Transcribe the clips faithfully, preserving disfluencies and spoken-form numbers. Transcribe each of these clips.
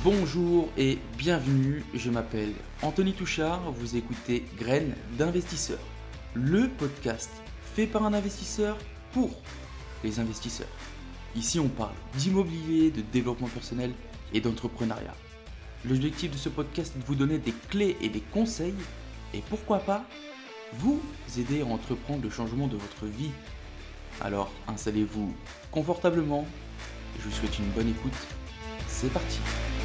Bonjour et bienvenue, je m'appelle Anthony Touchard, vous écoutez Graines d'investisseurs, le podcast fait par un investisseur pour les investisseurs. Ici on parle d'immobilier, de développement personnel et d'entrepreneuriat. L'objectif de ce podcast est de vous donner des clés et des conseils et pourquoi pas vous aider à entreprendre le changement de votre vie. Alors installez-vous confortablement, je vous souhaite une bonne écoute, c'est parti.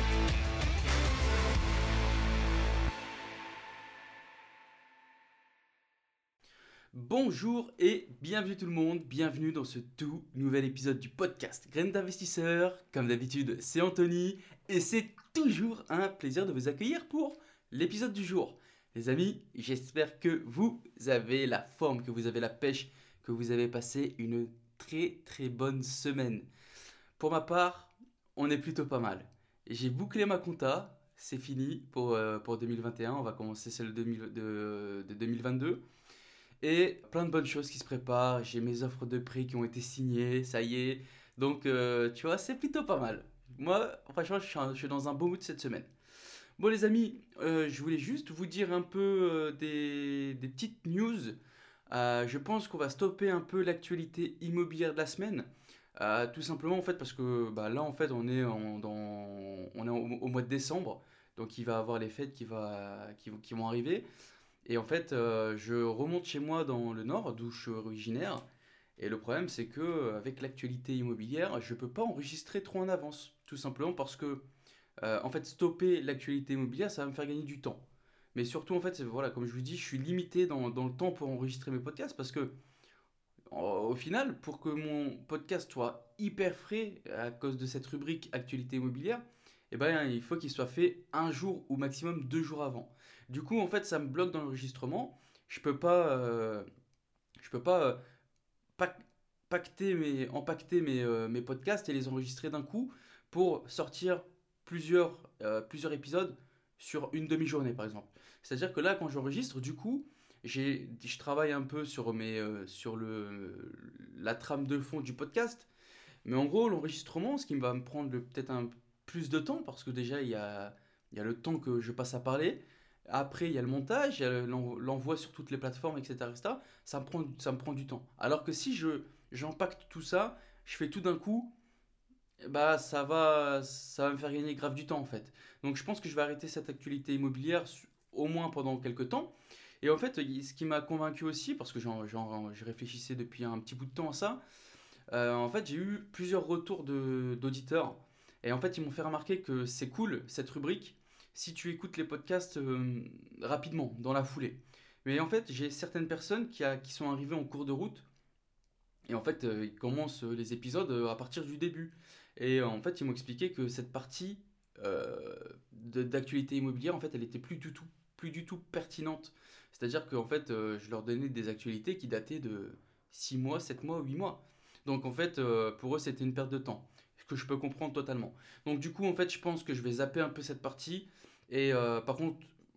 Bonjour et bienvenue tout le monde, bienvenue dans ce tout nouvel épisode du podcast Graines d'investisseurs. Comme d'habitude, c'est Anthony et c'est toujours un plaisir de vous accueillir pour l'épisode du jour. Les amis, j'espère que vous avez la forme, que vous avez la pêche, que vous avez passé une très très bonne semaine. Pour ma part, on est plutôt pas mal. J'ai bouclé ma compta, c'est fini pour, euh, pour deux mille vingt et un, on va commencer celle de, de, de deux mille vingt-deux. Et plein de bonnes choses qui se préparent, j'ai mes offres de prix qui ont été signées, ça y est. Donc euh, tu vois, c'est plutôt pas mal. Moi, franchement, je suis, un- je suis dans un beau mood cette semaine. Bon les amis, euh, je voulais juste vous dire un peu euh, des, des petites news. Euh, je pense qu'on va stopper un peu l'actualité immobilière de la semaine. Euh, tout simplement en fait parce que bah, là en fait on est, en- dans, on est au, au mois de décembre. Donc il va y avoir les fêtes qui, va, qui, vont- qui vont arriver. Et en fait, euh, je remonte chez moi dans le nord, d'où je suis originaire. Et le problème, c'est que euh, avec l'actualité immobilière, je ne peux pas enregistrer trop en avance. Tout simplement parce que, euh, en fait, stopper l'actualité immobilière, ça va me faire gagner du temps. Mais surtout, en fait, c'est- voilà, comme je vous dis, je suis limité dans, dans le temps pour enregistrer mes podcasts parce que, au au final, pour que mon podcast soit hyper frais à cause de cette rubrique actualité immobilière, eh ben, il faut qu'il soit fait un jour ou maximum deux jours avant. Du coup, en fait, ça me bloque dans l'enregistrement. Je peux pas, euh, je peux pas euh, pac- pacter mes, empacter mes, euh, mes podcasts et les enregistrer d'un coup pour sortir plusieurs, euh, plusieurs épisodes sur une demi-journée, par exemple. C'est-à-dire que là, quand j'enregistre, du coup, j'ai, je travaille un peu sur, mes, euh, sur le, la trame de fond du podcast. Mais en gros, l'enregistrement, ce qui va me prendre le- peut-être un plus de temps, parce que déjà, il y a, il y a le temps que je passe à parler. Après, il y a le montage, il y a l'en- l'envoi sur toutes les plateformes, et cetera, et cetera. Ça me prend, ça me prend du temps. Alors que si je, j'empacte tout ça, je fais tout d'un coup, bah ça va, ça va me faire gagner grave du temps en fait. Donc je pense que je vais arrêter cette actualité immobilière su- au moins pendant quelques temps. Et en fait, il- ce qui m'a convaincu aussi, parce que j'en, j'en- je réfléchissais depuis un petit bout de temps à ça, euh, en fait, j'ai eu plusieurs retours de, d'auditeurs. Et en fait, ils m'ont fait remarquer que c'est cool, cette rubrique, si tu écoutes les podcasts euh, rapidement, dans la foulée. Mais en fait, j'ai certaines personnes qui, a- qui sont arrivées en cours de route. Et en fait, euh, ils commencent euh, les épisodes euh, à partir du début. Et euh, en fait, ils m'ont expliqué que cette partie euh, de- d'actualité immobilière, en fait, elle était plus du tout, plus du tout pertinente. C'est-à-dire qu'en fait, euh, je leur donnais des actualités qui dataient de six mois, sept mois, huit mois. Donc en fait, euh, pour eux, c'était une perte de temps. Ce que je peux comprendre totalement. Donc du coup, en fait, je pense que je vais zapper un peu cette partie. Et euh, par contre,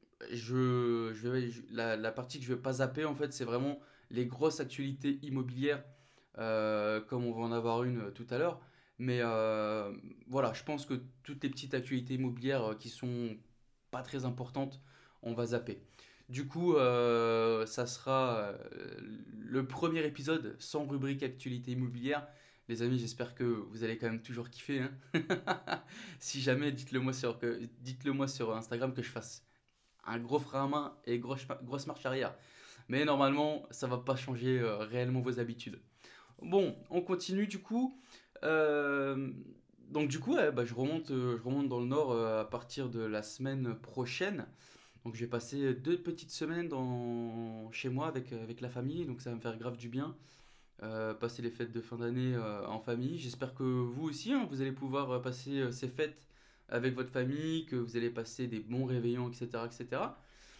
je, je vais, je- la, la partie que je vais pas zapper, en fait, c'est vraiment les grosses actualités immobilières, euh, comme on va en avoir une euh, tout à l'heure. Mais euh, voilà, je pense que toutes les petites actualités immobilières euh, qui sont pas très importantes, on va zapper. Du coup, euh, ça sera euh, le premier épisode sans rubrique actualité immobilière. Les amis, j'espère que vous allez quand même toujours kiffer, hein. Si jamais, dites-le moi sur, que, dites-le moi sur Instagram que je fasse un gros frein à main et grosse, grosse marche arrière. Mais normalement, ça va pas changer euh, réellement vos habitudes. Bon, on continue du coup. Euh, donc du coup, ouais, bah, je remonte, euh, je remonte dans le nord euh, à partir de la semaine prochaine. Donc je vais passer deux petites semaines dans, chez moi avec, euh, avec la famille, donc ça va me faire grave du bien. Euh, passer les fêtes de fin d'année euh, en famille. J'espère que vous aussi, hein, vous allez pouvoir euh, passer euh, ces fêtes avec votre famille, que vous allez passer des bons réveillons, et cetera, et cetera.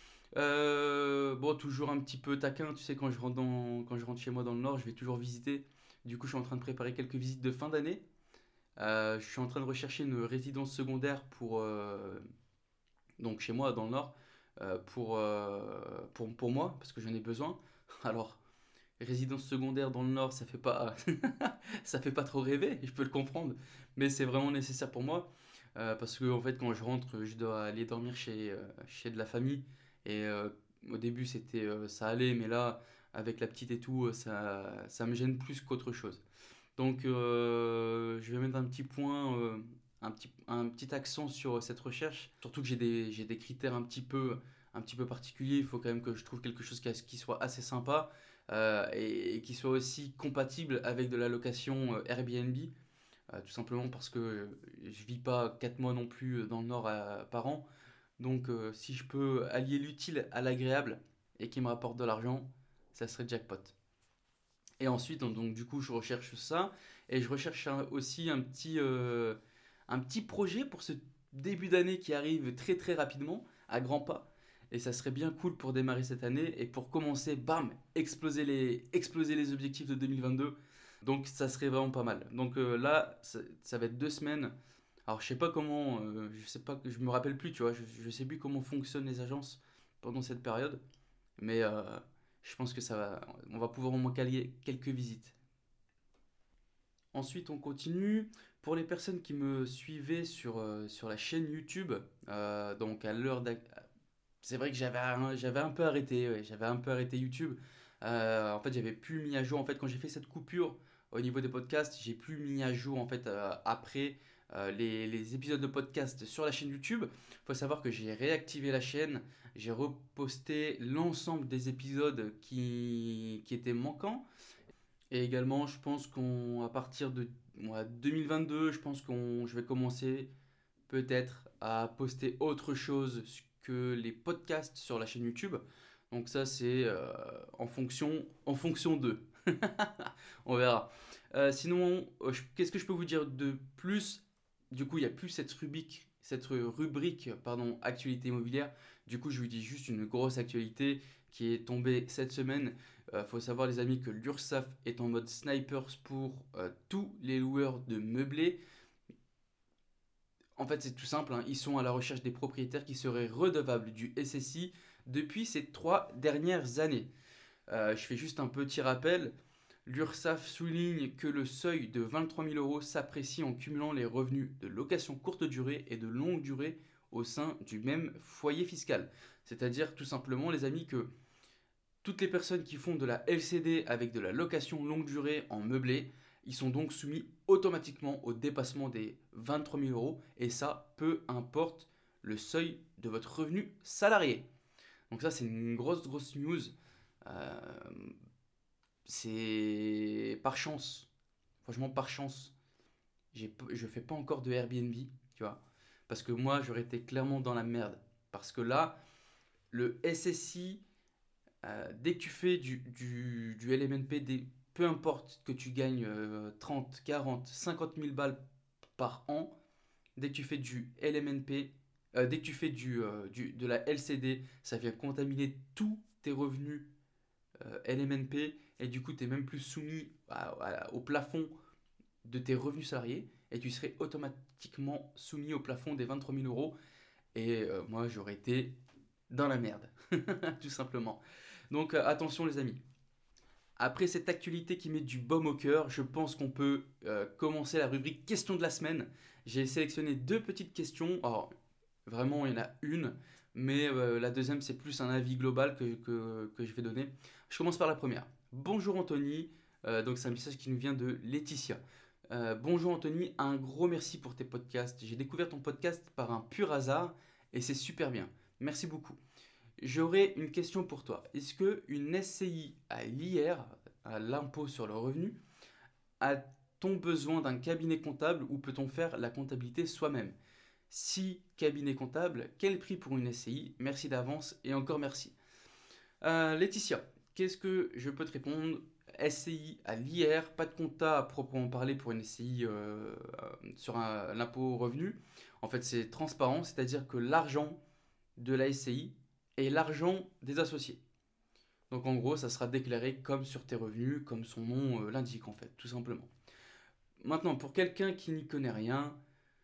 Euh, bon, toujours un petit peu taquin, tu sais, quand je rentre dans, quand je rentre chez moi dans le Nord, je vais toujours visiter. Du coup, je suis en train de préparer quelques visites de fin d'année. Euh, je suis en train de rechercher une résidence secondaire pour, euh, donc chez moi dans le Nord, euh, pour, euh, pour, pour moi, parce que j'en ai besoin. Alors, résidence secondaire dans le Nord, ça fait pas, ça fait pas trop rêver, je peux le comprendre, mais c'est vraiment nécessaire pour moi. Euh, parce que en fait, quand je rentre, je dois aller dormir chez, euh, chez de la famille. Et euh, au début, c'était, euh, ça allait, mais là, avec la petite et tout, euh, ça, ça me gêne plus qu'autre chose. Donc, euh, je vais mettre un petit point, euh, un petit, un petit accent sur cette recherche. Surtout que j'ai des, j'ai des critères un petit peu, un petit peu particuliers. Il faut quand même que je trouve quelque chose qui, qui soit assez sympa euh, et, et qui soit aussi compatible avec de la location euh, Airbnb. Euh, tout simplement parce que je vis pas quatre mois non plus dans le Nord à- par an. Donc, euh, si je peux allier l'utile à l'agréable et qui me rapporte de l'argent, ça serait jackpot. Et ensuite, donc, donc, du coup, je recherche ça. Et je recherche un- aussi un petit, euh, un petit projet pour ce début d'année qui arrive très très rapidement, à grands pas. Et ça serait bien cool pour démarrer cette année et pour commencer, bam, exploser les, exploser les objectifs de deux mille vingt-deux. Donc ça serait vraiment pas mal. Donc euh, là, ça, ça va être deux semaines. Alors je sais pas comment, euh, je sais pas, je me rappelle plus, tu vois, je, je sais plus comment fonctionnent les agences pendant cette période. Mais euh, je pense que ça va, on va pouvoir au moins caler quelques visites. Ensuite, on continue. Pour les personnes qui me suivaient sur, euh, sur la chaîne YouTube, euh, donc à l'heure d'ac- c'est vrai que j'avais un, j'avais un peu arrêté, ouais, j'avais un peu arrêté YouTube. Euh, en fait, j'avais plus mis à jour. En fait, quand j'ai fait cette coupure au niveau des podcasts, j'ai plus mis à jour en fait euh, après euh, les, les épisodes de podcast sur la chaîne YouTube. Il faut savoir que j'ai réactivé la chaîne, j'ai reposté l'ensemble des épisodes qui, qui étaient manquants. Et également, je pense qu'on, à partir de ouais, deux mille vingt-deux, je pense qu'on, je vais commencer peut-être à poster autre chose que les podcasts sur la chaîne YouTube. Donc ça, c'est euh, en fonction, en fonction d'eux. On verra. Euh, sinon, euh, je- qu'est-ce que je peux vous dire de plus? Du coup, il n'y a plus cette rubrique, cette rubrique, pardon, actualité immobilière. Du coup, je vous dis juste une grosse actualité qui est tombée cette semaine. Il faut savoir, les amis, que l'URSSAF est en mode snipers pour euh, tous les loueurs de meublés. En fait, c'est tout simple, hein, ils sont à la recherche des propriétaires qui seraient redevables du S S I depuis ces trois dernières années. Euh, je fais juste un petit rappel. L'URSSAF souligne que le seuil de vingt-trois mille euros s'apprécie en cumulant les revenus de location courte durée et de longue durée au sein du même foyer fiscal. C'est-à-dire tout simplement, les amis, que toutes les personnes qui font de la L C D avec de la location longue durée en meublé, ils sont donc soumis automatiquement au dépassement des vingt-trois mille euros, et ça, peu importe le seuil de votre revenu salarié. Donc ça, c'est une grosse, grosse news. Euh, c'est par chance, franchement par chance, j'ai, je fais pas encore de Airbnb, tu vois, parce que moi, j'aurais été clairement dans la merde. Parce que là, le S S I, Euh, dès que tu fais du, du, du L M N P, des- peu importe que tu gagnes euh, trente, quarante, cinquante mille balles par an, dès que tu fais du L M N P, euh, dès que tu fais du, euh, du- de la L C D, ça vient contaminer tous tes revenus euh, L M N P, et du coup tu n'es même plus soumis à- à- au plafond de tes revenus salariés, et tu serais automatiquement soumis au plafond des vingt-trois mille euros. Et euh, moi j'aurais été dans la merde, tout simplement. Donc euh, attention les amis. Après cette actualité qui met du baume au cœur, je pense qu'on peut euh, commencer la rubrique questions de la semaine. J'ai sélectionné deux petites questions. Alors, vraiment, il y en a une, mais euh, la deuxième, c'est plus un avis global que, que, que je vais donner. Je commence par la première. Bonjour Anthony. Euh, donc, c'est un message qui nous vient de Laetitia. Euh, bonjour Anthony, un gros merci pour tes podcasts. J'ai découvert ton podcast par un pur hasard et c'est super bien. Merci beaucoup. J'aurais une question pour toi. Est-ce que une S C I à l'I R, à l'impôt sur le revenu, a-t-on besoin d'un cabinet comptable ou peut-on faire la comptabilité soi-même? Si cabinet comptable, quel prix pour une S C I? Merci d'avance et encore merci. Euh, Laetitia, qu'est-ce que je peux te répondre? S C I à l'I R, pas de compta à proprement parler pour une S C I euh, euh, sur un- l'impôt au revenu. En fait, c'est transparent, c'est-à-dire que l'argent de la S C I et l'argent des associés. Donc en gros, ça sera déclaré comme sur tes revenus, comme son nom euh, l'indique en fait, tout simplement. Maintenant, pour quelqu'un qui n'y connaît rien,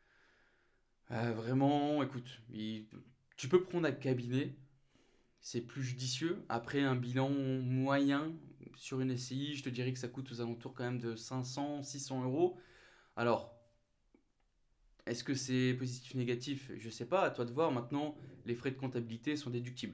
euh, vraiment, écoute, il- tu peux prendre un cabinet, c'est plus judicieux. Après un bilan moyen sur une S C I, je te dirais que ça coûte aux alentours quand même de cinq cents, six cents euros. Alors, Est-ce que c'est positif ou négatif? Je sais pas, à toi de voir. Maintenant, les frais de comptabilité sont déductibles.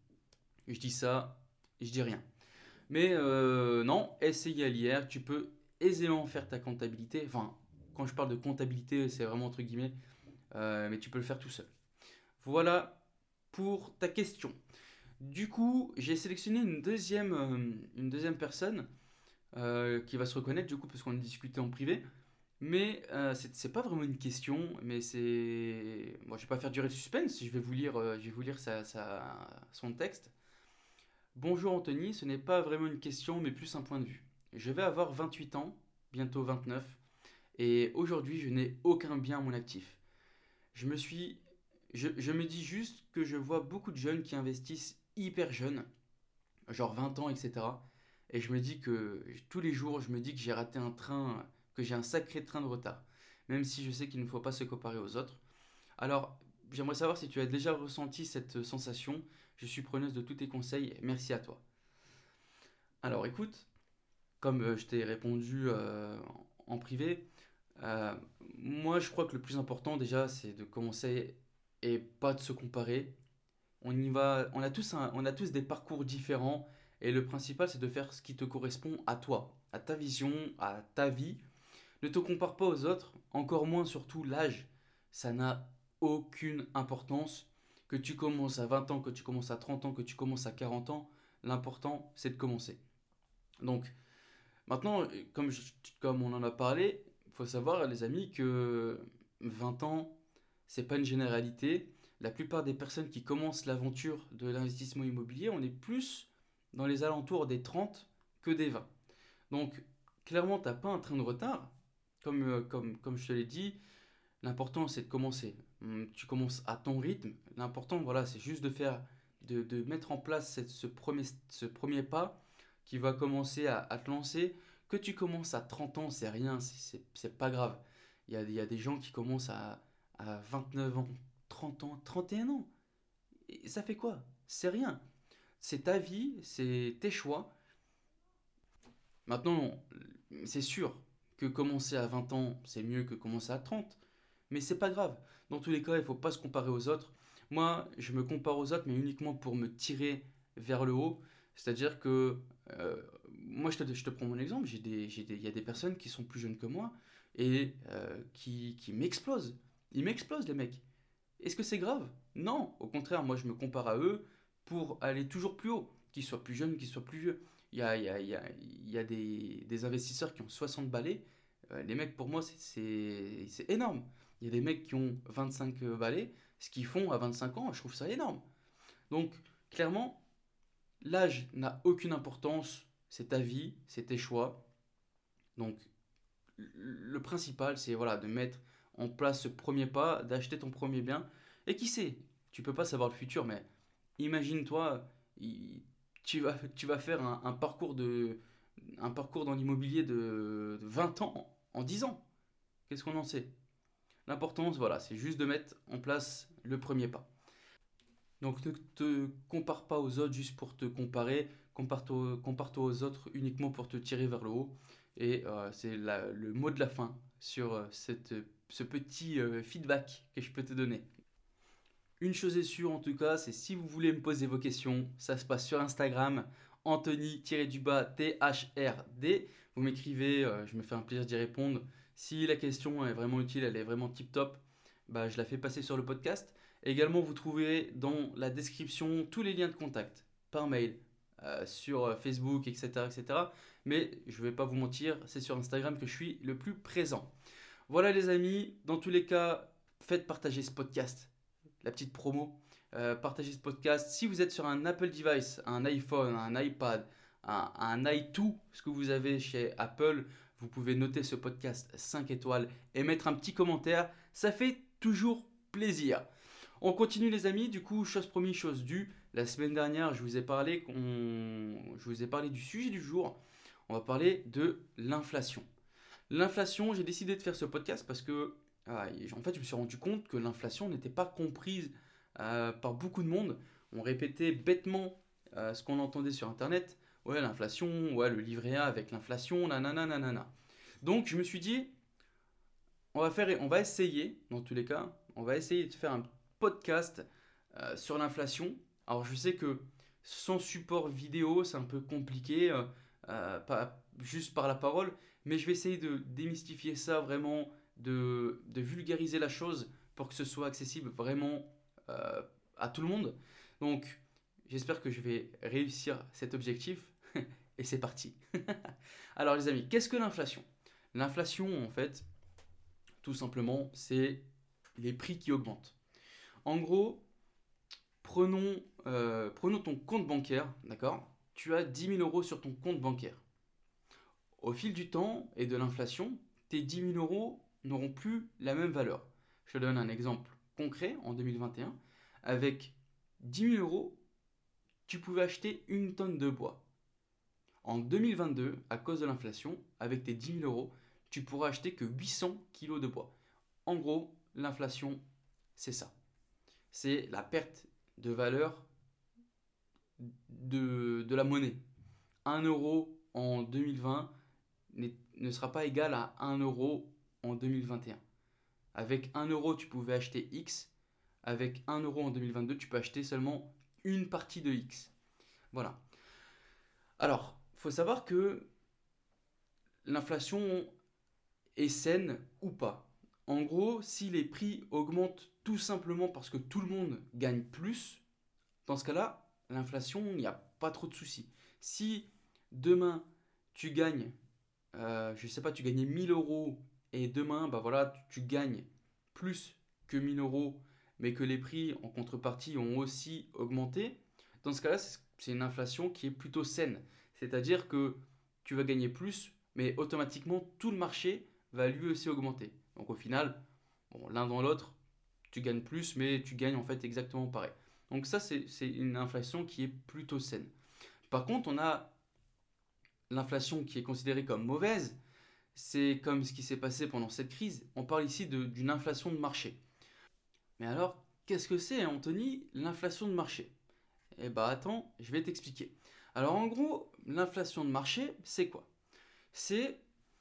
Je dis ça, je dis rien. Mais euh, non, S égale I R, tu peux aisément faire ta comptabilité. Enfin, quand je parle de comptabilité, c'est vraiment entre guillemets, euh, mais tu peux le faire tout seul. Voilà pour ta question. Du coup, j'ai sélectionné une deuxième, euh, une deuxième personne euh, qui va se reconnaître, du coup, parce qu'on a discuté en privé. Mais euh, c'est c'est pas vraiment une question, mais c'est. Bon, je vais pas faire durer le suspense, je vais vous lire, euh, je vais vous lire sa- sa- son texte. Bonjour Anthony, ce n'est pas vraiment une question, mais plus un point de vue. Je vais avoir vingt-huit ans, bientôt vingt-neuf, et aujourd'hui je n'ai aucun bien à mon actif. Je me suis. Je, je me dis juste que je vois beaucoup de jeunes qui investissent hyper jeunes, genre vingt ans, et cetera. Et je me dis que tous les jours, je me dis que j'ai raté un train, que j'ai un sacré train de retard. Même si je sais qu'il ne faut pas se comparer aux autres. Alors, j'aimerais savoir si tu as déjà ressenti cette sensation. Je suis preneuse de tous tes conseils. Merci à toi. Alors, écoute, comme euh, je t'ai répondu euh, en privé, euh, moi je crois que le plus important déjà, c'est de commencer et pas de se comparer. On y va, on a tous un- on a tous des parcours différents et le principal c'est de faire ce qui te correspond à toi, à ta vision, à ta vie. Ne te compare pas aux autres, encore moins surtout l'âge. Ça n'a aucune importance. Que tu commences à vingt ans, que tu commences à trente ans, que tu commences à quarante ans, l'important c'est de commencer. Donc maintenant, comme, je- comme on en a parlé, il faut savoir les amis que vingt ans, c'est pas une généralité. La plupart des personnes qui commencent l'aventure de l'investissement immobilier, on est plus dans les alentours des trente que des vingt. Donc, clairement, tu n'as pas un train de retard. Comme, euh, comme, comme je te l'ai dit, l'important, c'est de commencer. Hum, Tu commences à ton rythme. L'important, voilà, c'est juste de faire, de, de mettre en place cette- ce premier, ce premier pas qui va commencer à, à te lancer. Que tu commences à trente ans, c'est rien, c'est c'est- c'est pas grave. Il y a, il y a des gens qui commencent à, à vingt-neuf ans, trente ans, trente et un ans. Et ça fait quoi? C'est rien. C'est ta vie, c'est tes choix. Maintenant, c'est sûr que commencer à vingt ans, c'est mieux que commencer à trente. Mais c'est pas grave. Dans tous les cas, il faut pas se comparer aux autres. Moi, je me compare aux autres, mais uniquement pour me tirer vers le haut. C'est-à-dire que euh, moi, je te, je te prends mon exemple. J'ai des, j'ai des, il y a des personnes qui sont plus jeunes que moi et euh, qui, qui m'explosent. Ils m'explosent, les mecs. Est-ce que c'est grave? Non. Au contraire, moi, je me compare à eux pour aller toujours plus haut. Qu'ils soient plus jeunes, qu'ils soient plus vieux. Il y a, il y a, il y a, il y a des, des investisseurs qui ont soixante balais. Euh, les mecs, pour moi, c'est c'est- c'est énorme. Il y a des mecs qui ont vingt-cinq balais. Ce qu'ils font à vingt-cinq ans, je trouve ça énorme. Donc, clairement, l'âge n'a aucune importance. C'est ta vie, c'est tes choix. Donc, le principal, c'est voilà, de mettre en place ce premier pas, d'acheter ton premier bien. Et qui sait, tu peux pas savoir le futur, mais imagine-toi, il- tu vas, tu vas faire un, un parcours de, un parcours dans l'immobilier de, de vingt ans en dix ans. Qu'est-ce qu'on en sait? L'importance, voilà, c'est juste de mettre en place le premier pas. Donc ne te compare pas aux autres juste pour te comparer, compare-toi compare aux autres uniquement pour te tirer vers le haut. Et euh, c'est la- le mot de la fin sur euh, cette, ce petit euh, feedback que je peux te donner. Une chose est sûre en tout cas, c'est si vous voulez me poser vos questions, ça se passe sur Instagram, Anthony-du-bas T H R D. Vous m'écrivez, euh, je me fais un plaisir d'y répondre. Si la question est vraiment utile, elle est vraiment tip top, bah, je la fais passer sur le podcast. Également, vous trouverez dans la description tous les liens de contact par mail, euh, sur euh, Facebook, et cetera, et cetera. Mais je ne vais pas vous mentir, c'est sur Instagram que je suis le plus présent. Voilà les amis, dans tous les cas, faites partager ce podcast, la petite promo. Euh, partagez ce podcast. Si vous êtes sur un Apple device, un iPhone, un iPad, un, un i deux, ce que vous avez chez Apple, vous pouvez noter ce podcast cinq étoiles et mettre un petit commentaire. Ça fait toujours plaisir. On continue les amis, du coup, chose promise, chose due. La semaine dernière, je vous ai parlé, qu'on- je vous ai parlé du sujet du jour. On va parler de l'inflation. L'inflation, j'ai décidé de faire ce podcast parce que, ah, en fait, je me suis rendu compte que l'inflation n'était pas comprise euh, par beaucoup de monde. On répétait bêtement euh, ce qu'on entendait sur Internet. Ouais, l'inflation, ouais, le livret A avec l'inflation, nanana, nanana. Donc, je me suis dit, on va faire, on va essayer, dans tous les cas, on va essayer de faire un podcast euh, sur l'inflation. Alors je sais que sans support vidéo, c'est un peu compliqué, euh, euh, pas juste par la parole, mais je vais essayer de démystifier ça vraiment, de, de vulgariser la chose pour que ce soit accessible vraiment euh, à tout le monde. Donc j'espère que je vais réussir cet objectif et c'est parti. Alors les amis, qu'est-ce que l'inflation? L'inflation en fait, tout simplement, c'est les prix qui augmentent. En gros, prenons, euh, prenons ton compte bancaire, d'accord? Tu as dix mille euros sur ton compte bancaire. Au fil du temps et de l'inflation, tes dix mille euros n'auront plus la même valeur. Je te donne un exemple concret en deux mille vingt et un. Avec dix mille euros, tu pouvais acheter une tonne de bois. En deux mille vingt-deux, à cause de l'inflation, avec tes dix mille euros, tu pourras acheter que huit cents kilos de bois. En gros, l'inflation, c'est ça. C'est la perte de valeur de, de la monnaie. un euro en deux mille vingt ne sera pas égal à un euro en deux mille vingt et un. Avec un euro, tu pouvais acheter X. Avec un euro en deux mille vingt-deux, tu peux acheter seulement une partie de X. Voilà. Alors, il faut savoir que l'inflation est saine ou pas. En gros, si les prix augmentent tout simplement parce que tout le monde gagne plus, dans ce cas-là, l'inflation, il n'y a pas trop de soucis. Si demain, tu gagnes, euh, je ne sais pas, tu gagnais mille euros et demain, bah voilà, tu, tu gagnes plus que mille euros, mais que les prix en contrepartie ont aussi augmenté, dans ce cas-là, c'est une inflation qui est plutôt saine. C'est-à-dire que tu vas gagner plus, mais automatiquement, tout le marché va lui aussi augmenter. Donc au final, bon, l'un dans l'autre, tu gagnes plus, mais tu gagnes en fait exactement pareil. Donc ça, c'est c'est une inflation qui est plutôt saine. Par contre, on a l'inflation qui est considérée comme mauvaise. C'est comme ce qui s'est passé pendant cette crise. On parle ici de- d'une inflation de marché. Mais alors, qu'est-ce que c'est, Anthony, l'inflation de marché? Eh bah attends, je vais t'expliquer. Alors en gros, l'inflation de marché, c'est quoi? C'est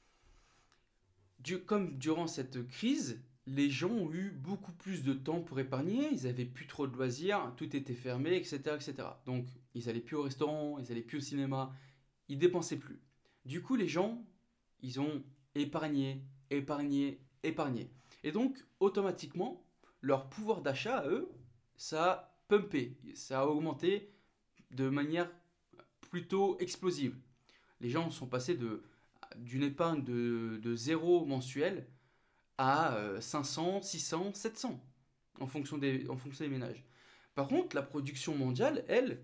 du- comme durant cette crise, les gens ont eu beaucoup plus de temps pour épargner, ils avaient plus trop de loisirs, tout était fermé, et cetera, et cetera. Donc ils allaient plus au restaurant, ils allaient plus au cinéma, ils dépensaient plus. Du coup, les gens, ils ont épargné, épargné, épargné. Et donc, automatiquement, leur pouvoir d'achat, à eux, ça a pumpé, ça a augmenté de manière plutôt explosive. Les gens sont passés de, d'une épargne de, de zéro mensuel à euh, cinq cents, six cents, sept cents en fonction des, en fonction des ménages. Par contre, la production mondiale, elle,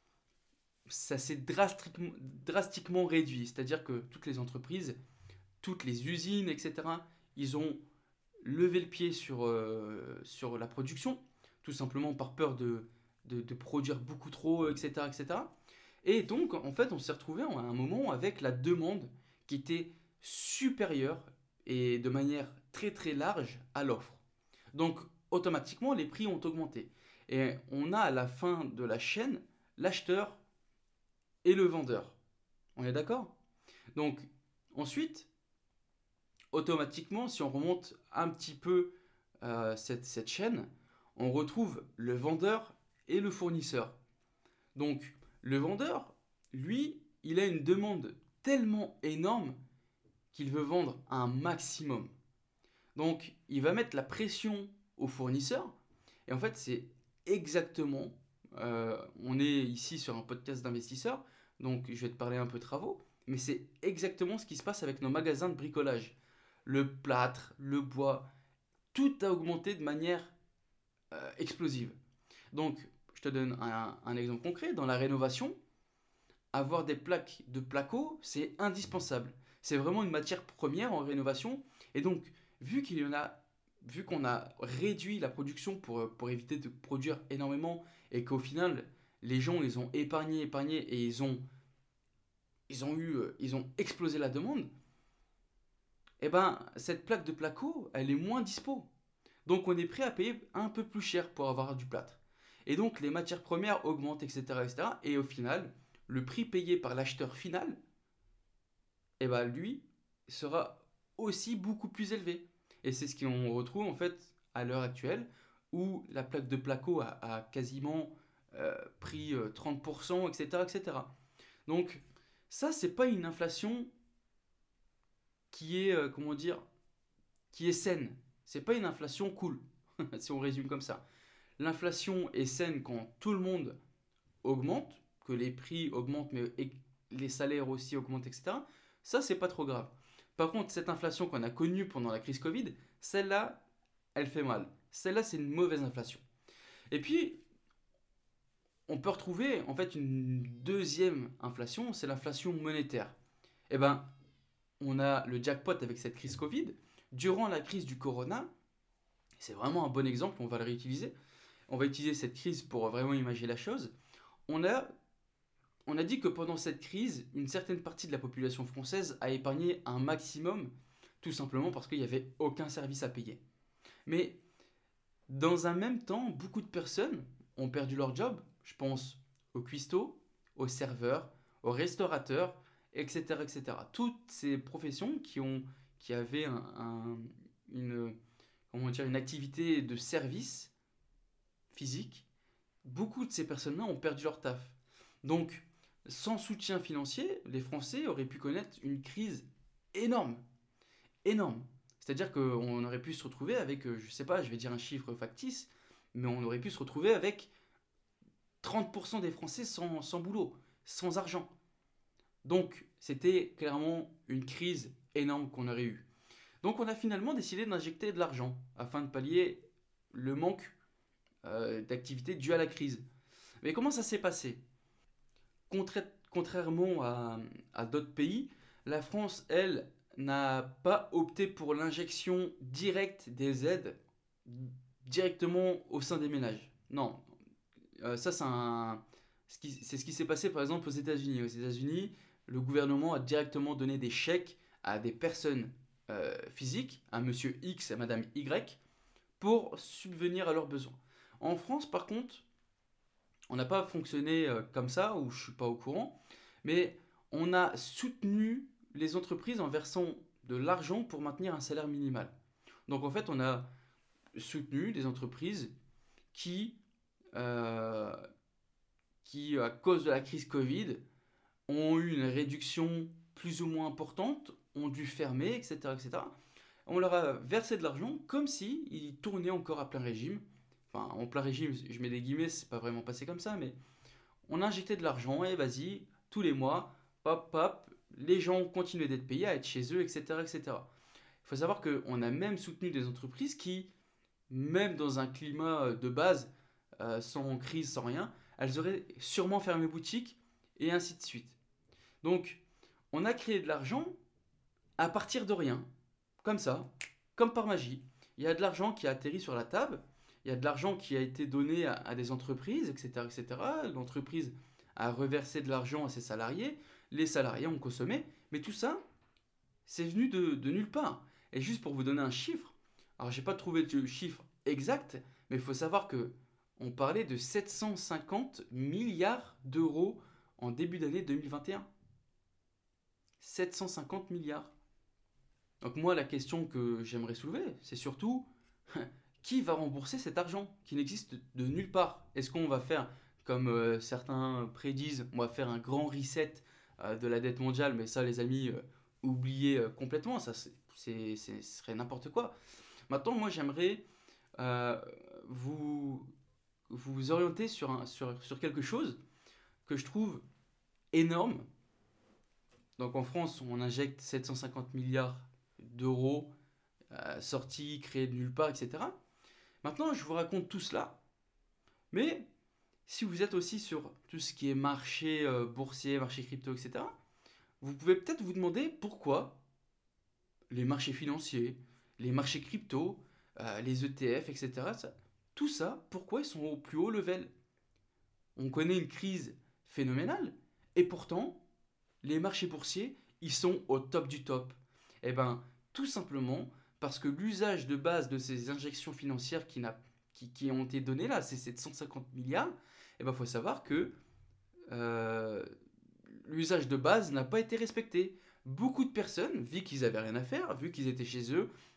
ça s'est drastiquement, drastiquement réduit. C'est-à-dire que toutes les entreprises, toutes les usines, et cetera, ils ont levé le pied sur, euh, sur la production, tout simplement par peur de, de, de produire beaucoup trop, et cetera, et cetera. Et donc, en fait, on s'est retrouvé à un moment avec la demande qui était supérieure et de manière très très large à l'offre. Donc, automatiquement, les prix ont augmenté. Et on a à la fin de la chaîne l'acheteur et le vendeur. On est d'accord? Donc, ensuite, automatiquement, si on remonte un petit peu euh, cette, cette chaîne, on retrouve le vendeur et le fournisseur. Donc, le vendeur, lui, il a une demande tellement énorme qu'il veut vendre un maximum. Donc, il va mettre la pression au fournisseur. Et en fait, c'est exactement, euh, on est ici sur un podcast d'investisseurs, donc je vais te parler un peu travaux, mais c'est exactement ce qui se passe avec nos magasins de bricolage. Le plâtre, le bois, tout a augmenté de manière euh, explosive. Donc, je te donne un, un exemple concret. Dans la rénovation, avoir des plaques de placo, c'est indispensable. C'est vraiment une matière première en rénovation. Et donc, vu qu'il y en a, vu qu'on a réduit la production pour, pour éviter de produire énormément et qu'au final, les gens, ils ont épargné, épargné et ils ont, ils ont eu, ils ont explosé la demande, eh ben, cette plaque de placo, elle est moins dispo. Donc, on est prêt à payer un peu plus cher pour avoir du plâtre. Et donc, les matières premières augmentent, et cetera, et cetera. Et au final, le prix payé par l'acheteur final, eh ben, lui, sera aussi beaucoup plus élevé. Et c'est ce qu'on retrouve en fait à l'heure actuelle, où la plaque de Placo a, a quasiment euh, pris euh, trente pour cent, et cetera, et cetera. Donc ça, c'est pas une inflation qui est, euh, comment dire, qui est saine. C'est pas une inflation cool, si on résume comme ça. L'inflation est saine quand tout le monde augmente, que les prix augmentent, mais les salaires aussi augmentent, et cetera. Ça, c'est pas trop grave. Par contre, cette inflation qu'on a connue pendant la crise Covid, celle-là, elle fait mal. Celle-là, c'est une mauvaise inflation. Et puis, on peut retrouver en fait une deuxième inflation, c'est l'inflation monétaire. Eh ben, on a le jackpot avec cette crise Covid. Durant la crise du corona, c'est vraiment un bon exemple, on va le réutiliser. On va utiliser cette crise pour vraiment imaginer la chose. On a, on a dit que pendant cette crise, une certaine partie de la population française a épargné un maximum, tout simplement parce qu'il n'y avait aucun service à payer. Mais dans un même temps, beaucoup de personnes ont perdu leur job. Je pense aux cuistots, aux serveurs, aux restaurateurs, et cetera, et cetera. Toutes ces professions qui, ont, qui avaient un, un, une, comment dire, une activité de service physique, beaucoup de ces personnes-là ont perdu leur taf. Donc, sans soutien financier, les Français auraient pu connaître une crise énorme. Énorme. C'est-à-dire qu'on aurait pu se retrouver avec, je sais pas, je vais dire un chiffre factice, mais on aurait pu se retrouver avec trente pour cent des Français sans, sans boulot, sans argent. Donc, c'était clairement une crise énorme qu'on aurait eue. Donc, on a finalement décidé d'injecter de l'argent afin de pallier le manque euh, d'activité due à la crise. Mais comment ça s'est passé ? Contra- Contrairement à, à d'autres pays, la France, elle, n'a pas opté pour l'injection directe des aides directement au sein des ménages. Non, euh, ça c'est un... C'est ce qui s'est passé par exemple aux États-Unis. Aux États-Unis, le gouvernement a directement donné des chèques à des personnes euh, physiques, à monsieur X et à madame Y, pour subvenir à leurs besoins. En France, par contre, on n'a pas fonctionné euh, comme ça, ou je ne suis pas au courant, mais on a soutenu les entreprises en versant de l'argent pour maintenir un salaire minimal. Donc en fait, on a soutenu des entreprises qui, euh, qui à cause de la crise Covid, ont eu une réduction plus ou moins importante, ont dû fermer, et cetera, et cetera. On leur a versé de l'argent comme si ils tournaient encore à plein régime. Enfin, en plein régime, je mets des guillemets, c'est pas vraiment passé comme ça, mais on a injecté de l'argent et vas-y, tous les mois, hop, hop, les gens continuaient d'être payés, à être chez eux, et cetera, et cetera. Il faut savoir qu'on a même soutenu des entreprises qui, même dans un climat de base, euh, sans crise, sans rien, elles auraient sûrement fermé boutique et ainsi de suite. Donc, on a créé de l'argent à partir de rien, comme ça, comme par magie. Il y a de l'argent qui a atterri sur la table, il y a de l'argent qui a été donné à, à des entreprises, et cetera, et cetera. L'entreprise a reversé de l'argent à ses salariés, les salariés ont consommé, mais tout ça, c'est venu de, de nulle part. Et juste pour vous donner un chiffre, alors j'ai pas trouvé le chiffre exact, mais il faut savoir que on parlait de sept cent cinquante milliards d'euros en début d'année deux mille vingt et un. sept cent cinquante milliards. Donc moi, la question que j'aimerais soulever, c'est surtout qui va rembourser cet argent qui n'existe de nulle part. Est-ce qu'on va faire, comme euh, certains prédisent, on va faire un grand reset euh, de la dette mondiale, mais ça, les amis, euh, oubliez euh, complètement, ça c'est, c'est, c'est, ce serait n'importe quoi. Maintenant, moi, j'aimerais euh, vous, vous orienter sur, un, sur, sur quelque chose que je trouve énorme. Donc en France, on injecte sept cent cinquante milliards d'euros euh, sortis, créés de nulle part, et cetera. Maintenant, je vous raconte tout cela, mais si vous êtes aussi sur tout ce qui est marché euh, boursier, marché crypto, et cetera, vous pouvez peut-être vous demander pourquoi les marchés financiers, les marchés crypto, euh, les E T F, et cetera, ça, tout ça, pourquoi ils sont au plus haut level ? On connaît une crise phénoménale, et pourtant, les marchés boursiers, ils sont au top du top. Eh bien, tout simplement parce que l'usage de base de ces injections financières qui, n'a, qui, qui ont été données là, ces sept cent cinquante milliards, eh ben, faut savoir que euh, l'usage de base n'a pas été respecté. Beaucoup de personnes, vu qu'ils n'avaient rien à faire, vu qu'ils étaient chez eux,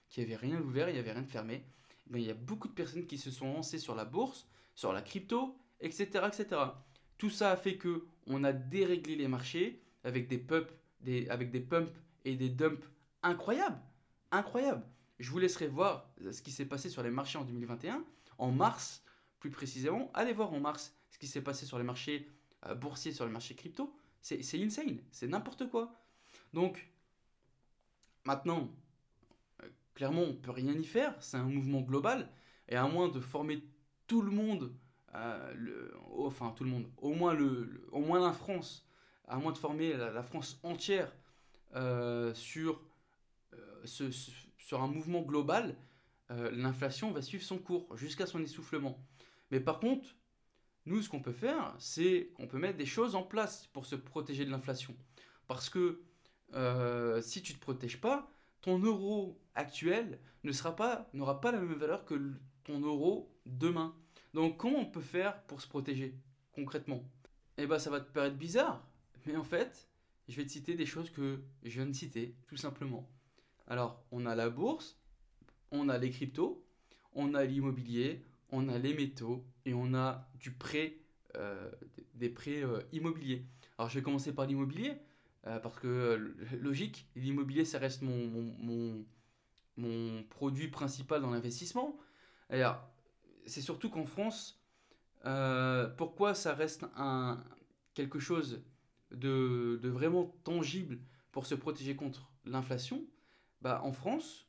qu'il n'y avait rien d'ouvert, il n'y avait rien de fermé. Ben, il y a beaucoup de personnes qui se sont lancées sur la bourse, sur la crypto, et cetera, et cetera. Tout ça a fait que on a déréglé les marchés avec des pumps, des, avec des pumps et des dumps incroyables. Incroyables. Je vous laisserai voir ce qui s'est passé sur les marchés en deux mille vingt et un. En mars, plus précisément, allez voir en mars ce qui s'est passé sur les marchés euh, boursiers, sur les marchés crypto. C'est, c'est insane, c'est n'importe quoi. Donc, maintenant, euh, clairement, on ne peut rien y faire. C'est un mouvement global. Et à moins de former tout le monde, euh, le, enfin tout le monde, au moins, le, le- au moins la France, à moins de former la, la France entière euh, sur, euh, ce- ce- sur un mouvement global, euh, l'inflation va suivre son cours jusqu'à son essoufflement. Mais par contre, nous, ce qu'on peut faire, c'est qu'on peut mettre des choses en place pour se protéger de l'inflation. Parce que euh, si tu ne te protèges pas, ton euro actuel ne sera pas, n'aura pas la même valeur que le- ton euro demain. Donc comment on peut faire pour se protéger concrètement? Eh bien ça va te paraître bizarre, mais en fait, je vais te citer des choses que je viens de citer, tout simplement. Alors, on a la bourse, on a les cryptos, on a l'immobilier, on a les métaux et on a du prêt, euh, des prêts euh, immobiliers. Alors je vais commencer par l'immobilier, euh, parce que euh, logique, l'immobilier ça reste mon, mon, mon- mon produit principal dans l'investissement. Alors, c'est surtout qu'en France, euh, pourquoi ça reste un, quelque chose de, de vraiment tangible pour se protéger contre l'inflation? Bah, en France,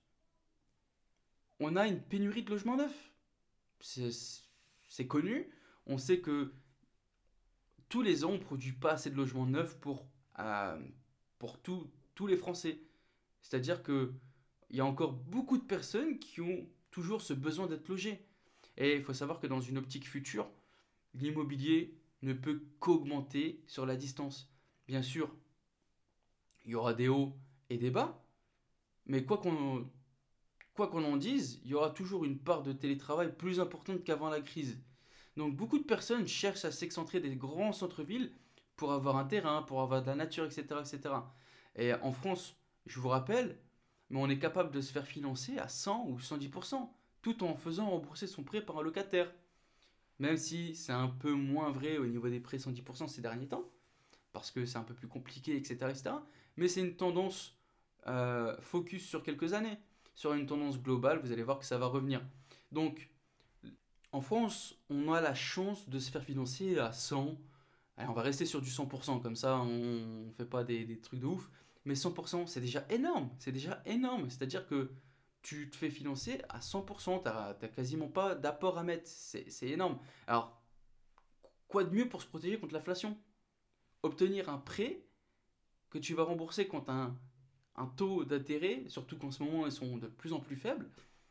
on a une pénurie de logements neufs. C'est c'est connu. On sait que tous les ans, on ne produit pas assez de logements neufs pour, euh, pour tout- tous les Français. C'est-à-dire qu'il y a encore beaucoup de personnes qui ont toujours ce besoin d'être logées. Et il faut savoir que dans une optique future, l'immobilier ne peut qu'augmenter sur la distance. Bien sûr, il y aura des hauts et des bas, mais quoi qu'on quoi qu'on en dise, il y aura toujours une part de télétravail plus importante qu'avant la crise. Donc beaucoup de personnes cherchent à s'excentrer des grands centres-villes pour avoir un terrain, pour avoir de la nature, et cetera, et cetera. Et cetera. Et en France, je vous rappelle, mais on est capable de se faire financer à cent ou cent dix pour cent, tout en faisant rembourser son prêt par un locataire. Même si c'est un peu moins vrai au niveau des prêts cent dix pour cent ces derniers temps, parce que c'est un peu plus compliqué, et cetera, et cetera. Mais c'est une tendance euh, focus sur quelques années. Sur une tendance globale, vous allez voir que ça va revenir. Donc, en France, on a la chance de se faire financer à cent. Allez, on va rester sur du cent pour cent, comme ça on ne fait pas des, des trucs de ouf. Mais cent pour cent, c'est déjà énorme. C'est déjà énorme. C'est-à-dire que tu te fais financer à cent pour cent. Tu n'as quasiment pas d'apport à mettre. C'est c'est énorme. Alors, quoi de mieux pour se protéger contre l'inflation? Obtenir un prêt que tu vas rembourser contre un, un taux d'intérêt, surtout qu'en ce moment ils sont de plus en plus faibles.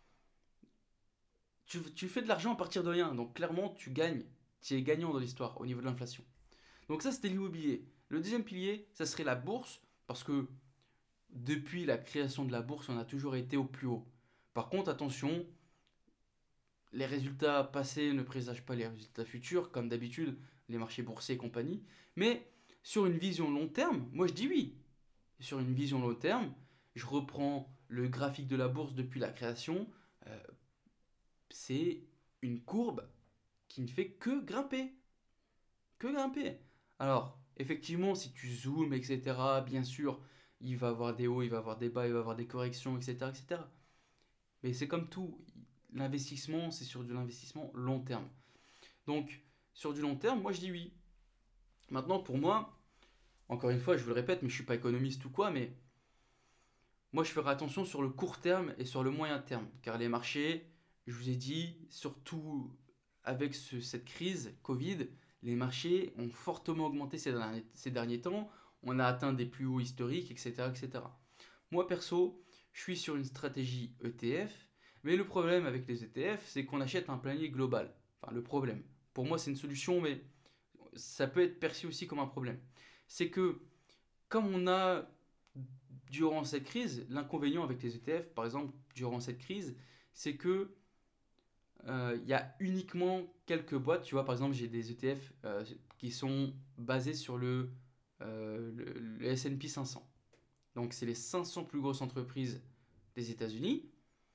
Tu, tu fais de l'argent à partir de rien. Donc clairement, tu gagnes. Tu es gagnant dans l'histoire au niveau de l'inflation. Donc ça, c'était l'immobilier. Le deuxième pilier, ça serait la bourse, parce que depuis la création de la bourse, on a toujours été au plus haut. Par contre, attention, les résultats passés ne présagent pas les résultats futurs, comme d'habitude, les marchés boursiers et compagnie. Mais sur une vision long terme, moi je dis oui. Sur une vision long terme, je reprends le graphique de la bourse depuis la création, euh, c'est une courbe qui ne fait que grimper. Que grimper. Alors, effectivement, si tu zoomes, et cetera, bien sûr, il va y avoir des hauts, il va y avoir des bas, il va y avoir des corrections, et cetera, et cetera. Mais c'est comme tout. L'investissement, c'est sur de l'investissement long terme. Donc, sur du long terme, moi je dis oui. Maintenant, pour moi, encore une fois, je vous le répète, mais je ne suis pas économiste ou quoi, mais moi je ferai attention sur le court terme et sur le moyen terme. Car les marchés, je vous ai dit, surtout avec ce- cette crise Covid, les marchés ont fortement augmenté ces derniers, ces derniers temps. On a atteint des plus hauts historiques, et cetera, et cetera. Moi perso, je suis sur une stratégie E T F, mais le problème avec les E T F, c'est qu'on achète un panier global. Enfin, le problème. Pour moi, c'est une solution, mais ça peut être perçu aussi comme un problème. C'est que, comme on a, durant cette crise, l'inconvénient avec les E T F, par exemple, durant cette crise, c'est que euh, il y a uniquement quelques boîtes. Tu vois, par exemple, j'ai des E T F euh, qui sont basés sur le, euh, le, le S and P cinq cents. Donc, c'est les cinq cents plus grosses entreprises des États-Unis.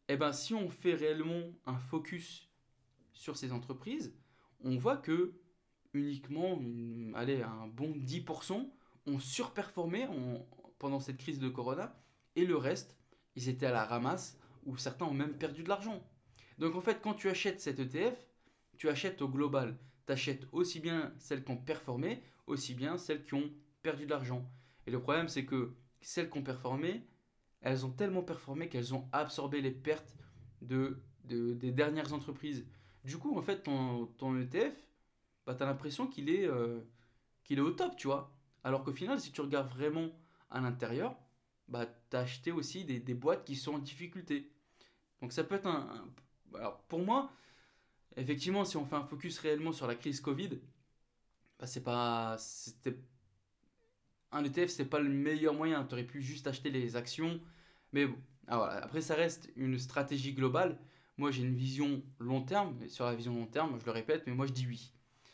Eh ben, si on fait réellement un focus sur ces entreprises, on voit que uniquement, hum, allez, un bon dix pour cent ont surperformé en- pendant cette crise de Corona, et le reste, ils étaient à la ramasse, ou certains ont même perdu de l'argent. Donc en fait, quand tu achètes cet E T F, tu achètes au global. Tu achètes aussi bien celles qui ont performé, aussi bien celles qui ont perdu de l'argent. Et le problème, c'est que celles qui ont performé, elles ont tellement performé qu'elles ont absorbé les pertes de, de- des dernières entreprises. Du coup, en fait, ton, ton E T F, bah, tu as l'impression qu'il est, euh, qu'il est au top, tu vois. Alors qu'au final, si tu regardes vraiment à l'intérieur, bah, tu as acheté aussi des, des boîtes qui sont en difficulté. Donc ça peut être un... un- alors pour moi, effectivement, si on fait un focus réellement sur la crise Covid, bah, c'est pas... C'était, un E T F, c'est pas le meilleur moyen. Tu aurais pu juste acheter les actions. Mais bon, ah, voilà. Après, ça reste une stratégie globale. Moi, j'ai une vision long terme. Et sur la vision long terme, je le répète, mais moi, je dis oui.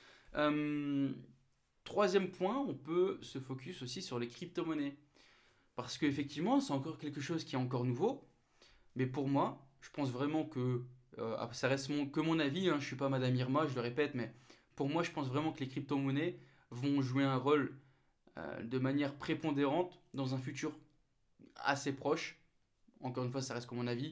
Euh, Troisième point, on peut se focus aussi sur les crypto-monnaies. Parce qu'effectivement, c'est encore quelque chose qui est encore nouveau. Mais pour moi, je pense vraiment que, euh, ah, ça reste mon, que mon avis, hein, je ne suis pas Madame Irma, je le répète, mais pour moi, je pense vraiment que les crypto-monnaies vont jouer un rôle euh, de manière prépondérante dans un futur assez proche. Encore une fois, ça reste que mon avis.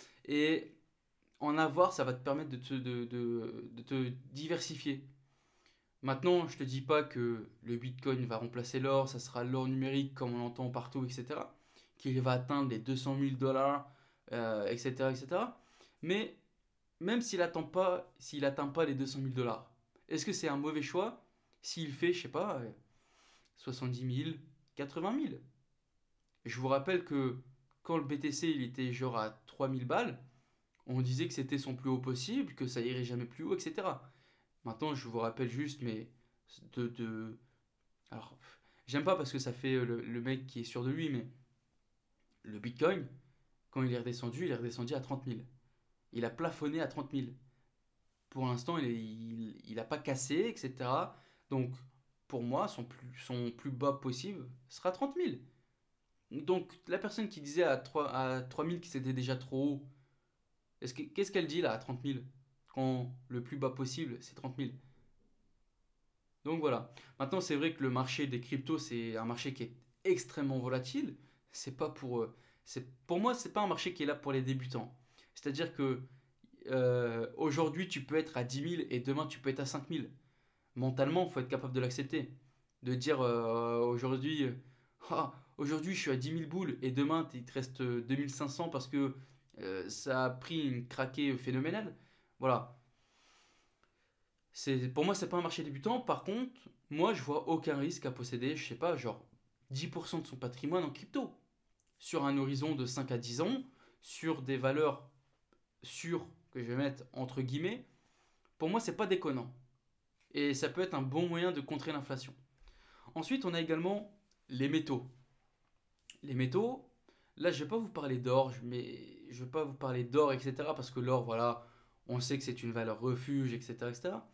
Et en avoir, ça va te permettre de te, de, de- de te diversifier. Maintenant, je te dis pas que le Bitcoin va remplacer l'or, ça sera l'or numérique comme on l'entend partout, et cetera. Qu'il va atteindre les deux cent mille dollars, euh, et cetera, et cetera. Mais même s'il atteint pas, s'il atteint pas les deux cent mille dollars, est-ce que c'est un mauvais choix s'il fait, je sais pas, euh, soixante-dix mille, quatre-vingt mille? Je vous rappelle que quand le B T C il était genre à trois mille balles, on disait que c'était son plus haut possible, que ça irait jamais plus haut, et cetera. Maintenant, je vous rappelle juste, mais de, de... Alors, j'aime pas parce que ça fait le, le mec qui est sûr de lui, mais le Bitcoin, quand il est redescendu, il est redescendu à trente mille. Il a plafonné à trente mille. Pour l'instant, il n'a il, il a pas cassé, et cetera. Donc, pour moi, son plus, son plus bas possible sera trente mille. Donc, la personne qui disait à, trois à trois mille que c'était déjà trop haut, est-ce que, qu'est-ce qu'elle dit là à trente mille? Quand le plus bas possible, c'est trente mille. Donc voilà. Maintenant, c'est vrai que le marché des cryptos, c'est un marché qui est extrêmement volatile. C'est pas pour, euh, c'est, pour moi, c'est pas un marché qui est là pour les débutants. C'est-à-dire que euh, aujourd'hui, tu peux être à dix mille et demain, tu peux être à cinq mille. Mentalement, il faut être capable de l'accepter. De dire euh, aujourd'hui, euh, ah, aujourd'hui, je suis à dix mille boules et demain, il te reste euh, deux mille cinq cents parce que euh, ça a pris une craquée phénoménale. Voilà. C'est, pour moi, c'est pas un marché débutant. Par contre, moi, je vois aucun risque à posséder, je sais pas, genre dix pour cent de son patrimoine en crypto. Sur un horizon de cinq à dix ans, sur des valeurs sûres que je vais mettre entre guillemets, pour moi, c'est pas déconnant. Et ça peut être un bon moyen de contrer l'inflation. Ensuite, on a également les métaux. Les métaux, là, je vais pas vous parler d'or, mais je vais pas vous parler d'or, et cetera. Parce que l'or, voilà, on sait que c'est une valeur refuge, et cetera, et cetera.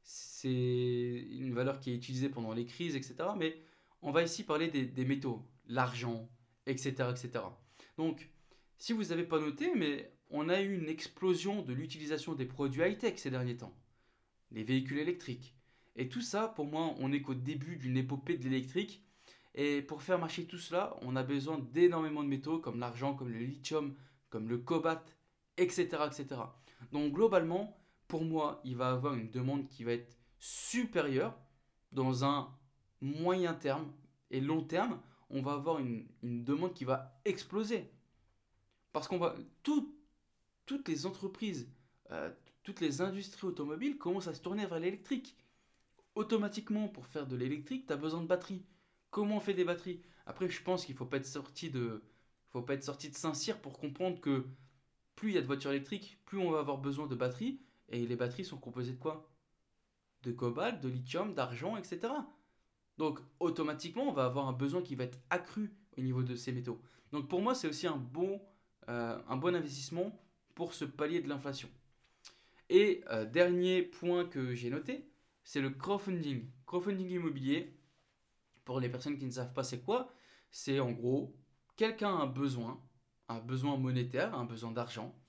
C'est une valeur qui est utilisée pendant les crises, et cetera. Mais on va ici parler des, des métaux, l'argent, et cetera, et cetera. Donc, si vous n'avez pas noté, mais on a eu une explosion de l'utilisation des produits high-tech ces derniers temps. Les véhicules électriques. Et tout ça, pour moi, on n'est qu'au début d'une épopée de l'électrique. Et pour faire marcher tout cela, on a besoin d'énormément de métaux comme l'argent, comme le lithium, comme le cobalt, et cetera, et cetera. Donc globalement, pour moi, il va y avoir une demande qui va être supérieure dans un moyen terme et long terme. On va avoir une, une demande qui va exploser. Parce qu'on va... tout- toutes les entreprises, euh, toutes les industries automobiles commencent à se tourner vers l'électrique. Automatiquement, pour faire de l'électrique, tu as besoin de batteries. Comment on fait des batteries? Après, je pense qu'il ne faut pas être sorti de, faut pas être sorti de Saint-Cyr pour comprendre que plus il y a de voitures électriques, plus on va avoir besoin de batteries. Et les batteries sont composées de quoi? De cobalt, de lithium, d'argent, et cetera. Donc, automatiquement, on va avoir un besoin qui va être accru au niveau de ces métaux. Donc, pour moi, c'est aussi un bon, euh, un bon investissement pour se pallier de l'inflation. Et euh, dernier point que j'ai noté, c'est le crowdfunding. Crowdfunding immobilier, pour les personnes qui ne savent pas c'est quoi, c'est en gros, quelqu'un a un besoin, un besoin monétaire, un besoin d'argent.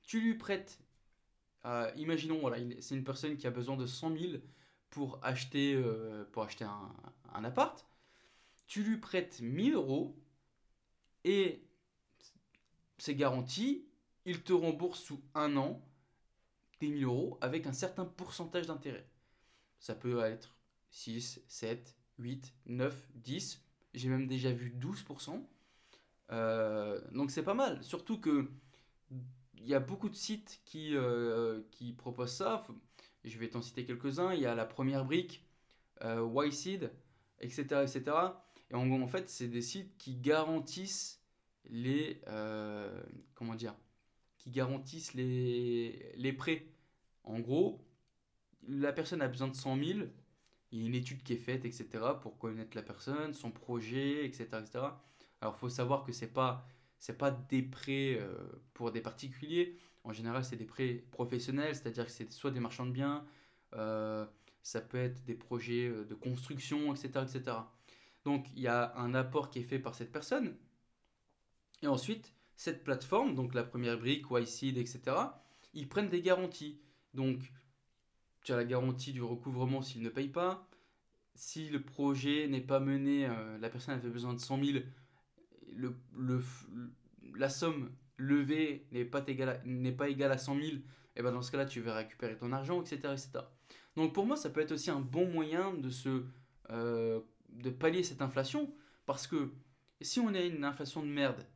tu lui prêtes, euh, imaginons, voilà, il- c'est une personne qui a besoin de cent mille pour acheter, euh, pour acheter un, un appart, tu lui prêtes mille euros et c'est garanti, il te rembourse sous un an tes mille euros avec un certain pourcentage d'intérêt. Ça peut être six, sept, huit, neuf, dix. J'ai même déjà vu douze pour cent. Euh, donc c'est pas mal. Surtout que il y a beaucoup de sites qui, euh, qui proposent ça. Je vais t'en citer quelques-uns. Il y a la première brique, euh, YSeed, et cetera, et cetera. Et en, en fait, c'est des sites qui garantissent les, euh, comment dire, qui garantissent les, les prêts. En gros, la personne a besoin de cent mille, il y a une étude qui est faite, et cetera, pour connaître la personne, son projet, et cetera, et cetera. Alors, il faut savoir que ce n'est pas, c'est pas des prêts euh, pour des particuliers. En général, c'est des prêts professionnels, c'est-à-dire que c'est soit des marchands de biens, euh, ça peut être des projets euh, de construction, et cetera, et cetera. Donc, il y a un apport qui est fait par cette personne. Et ensuite, cette plateforme, donc la première brique, YSeed, et cetera, ils prennent des garanties. Donc, tu as la garantie du recouvrement s'il ne paye pas. Si le projet n'est pas mené, euh, la personne avait besoin de cent mille, le, le, la somme levée n'est pas égale à, n'est pas égale à cent mille, et ben dans ce cas-là, tu vas récupérer ton argent, et cetera, et cetera. Donc pour moi, ça peut être aussi un bon moyen de, se, euh, de pallier cette inflation, parce que si on a une inflation de merde,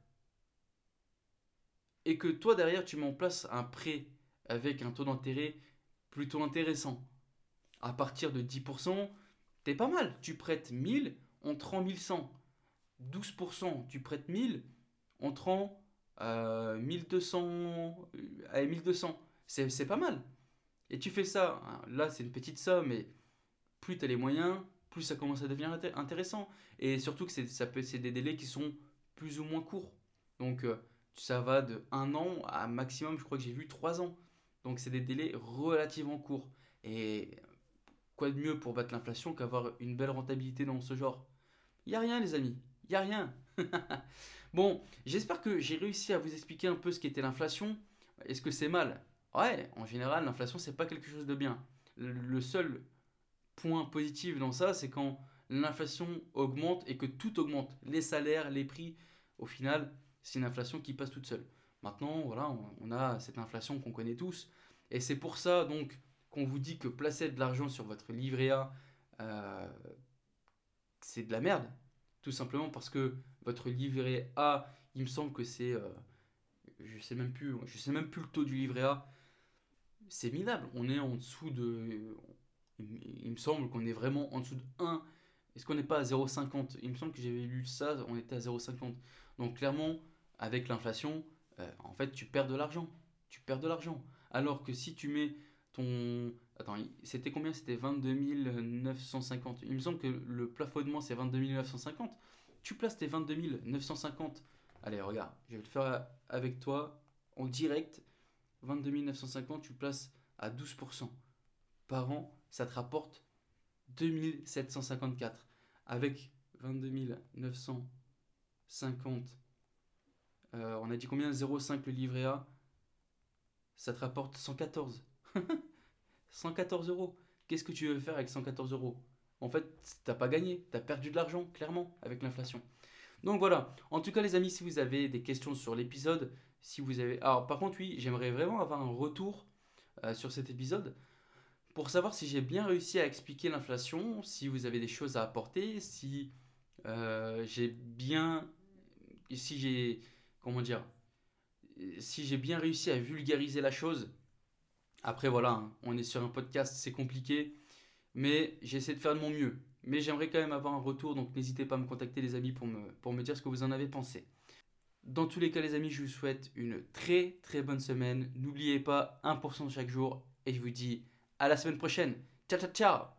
et que toi derrière tu mets en place un prêt avec un taux d'intérêt plutôt intéressant, à partir de dix pour cent, t'es pas mal. Tu prêtes mille, on te rend mille cent. douze pour cent, tu prêtes mille, on te rend euh, mille deux cents. Allez, mille deux cents. C'est, c'est pas mal. Et tu fais ça, hein, là c'est une petite somme, mais plus tu as les moyens, plus ça commence à devenir inté- intéressant. Et surtout que c'est, ça peut, c'est des délais qui sont plus ou moins courts. Donc euh, ça va de un an à maximum, je crois que j'ai vu trois ans. Donc c'est des délais relativement courts. Et quoi de mieux pour battre l'inflation qu'avoir une belle rentabilité dans ce genre? Il n'y a rien les amis, il n'y a rien. Bon, j'espère que j'ai réussi à vous expliquer un peu ce qu'était l'inflation. Est-ce que c'est mal? Ouais, en général, l'inflation, c'est pas quelque chose de bien. Le le seul point positif dans ça, c'est quand l'inflation augmente et que tout augmente. Les salaires, les prix, au final, c'est une inflation qui passe toute seule. Maintenant, voilà, on, on a cette inflation qu'on connaît tous. Et c'est pour ça, donc, qu'on vous dit que placer de l'argent sur votre livret A, euh, c'est de la merde. Tout simplement parce que votre livret A, il me semble que c'est... euh, je sais même plus, je sais même plus le taux du livret A. C'est minable. On est en dessous de... Il, il me semble qu'on est vraiment en dessous de un. Est-ce qu'on n'est pas à zéro virgule cinquante? Il me semble que j'avais lu ça, on était à zéro virgule cinquante. Donc clairement, avec l'inflation, euh, en fait, tu perds de l'argent. Tu perds de l'argent. Alors que si tu mets ton... Attends, c'était combien? C'était vingt-deux mille neuf cent cinquante. Il me semble que le plafonnement, c'est vingt-deux mille neuf cent cinquante. Tu places tes vingt-deux mille neuf cent cinquante. Allez, regarde, je vais le faire avec toi en direct. vingt-deux mille neuf cent cinquante, tu places à douze pour cent par an, ça te rapporte deux mille sept cent cinquante-quatre. Avec vingt-deux mille neuf cent cinquante, euh, on a dit combien? zéro virgule cinq le livret A, ça te rapporte cent quatorze. cent quatorze euros. Qu'est-ce que tu veux faire avec cent quatorze euros? En fait, t'as pas gagné, t'as perdu de l'argent, clairement, avec l'inflation. Donc voilà. En tout cas, les amis, si vous avez des questions sur l'épisode, si vous avez... Alors, par contre, oui, j'aimerais vraiment avoir un retour euh, sur cet épisode pour savoir si j'ai bien réussi à expliquer l'inflation, si vous avez des choses à apporter, si euh, j'ai bien... Si j'ai... Comment dire? Si j'ai bien réussi à vulgariser la chose. Après, voilà, hein, on est sur un podcast, c'est compliqué, mais j'essaie de faire de mon mieux. Mais j'aimerais quand même avoir un retour, donc n'hésitez pas à me contacter les amis pour me, pour me dire ce que vous en avez pensé. Dans tous les cas les amis, je vous souhaite une très très bonne semaine. N'oubliez pas un pour cent chaque jour et je vous dis à la semaine prochaine. Ciao ciao ciao.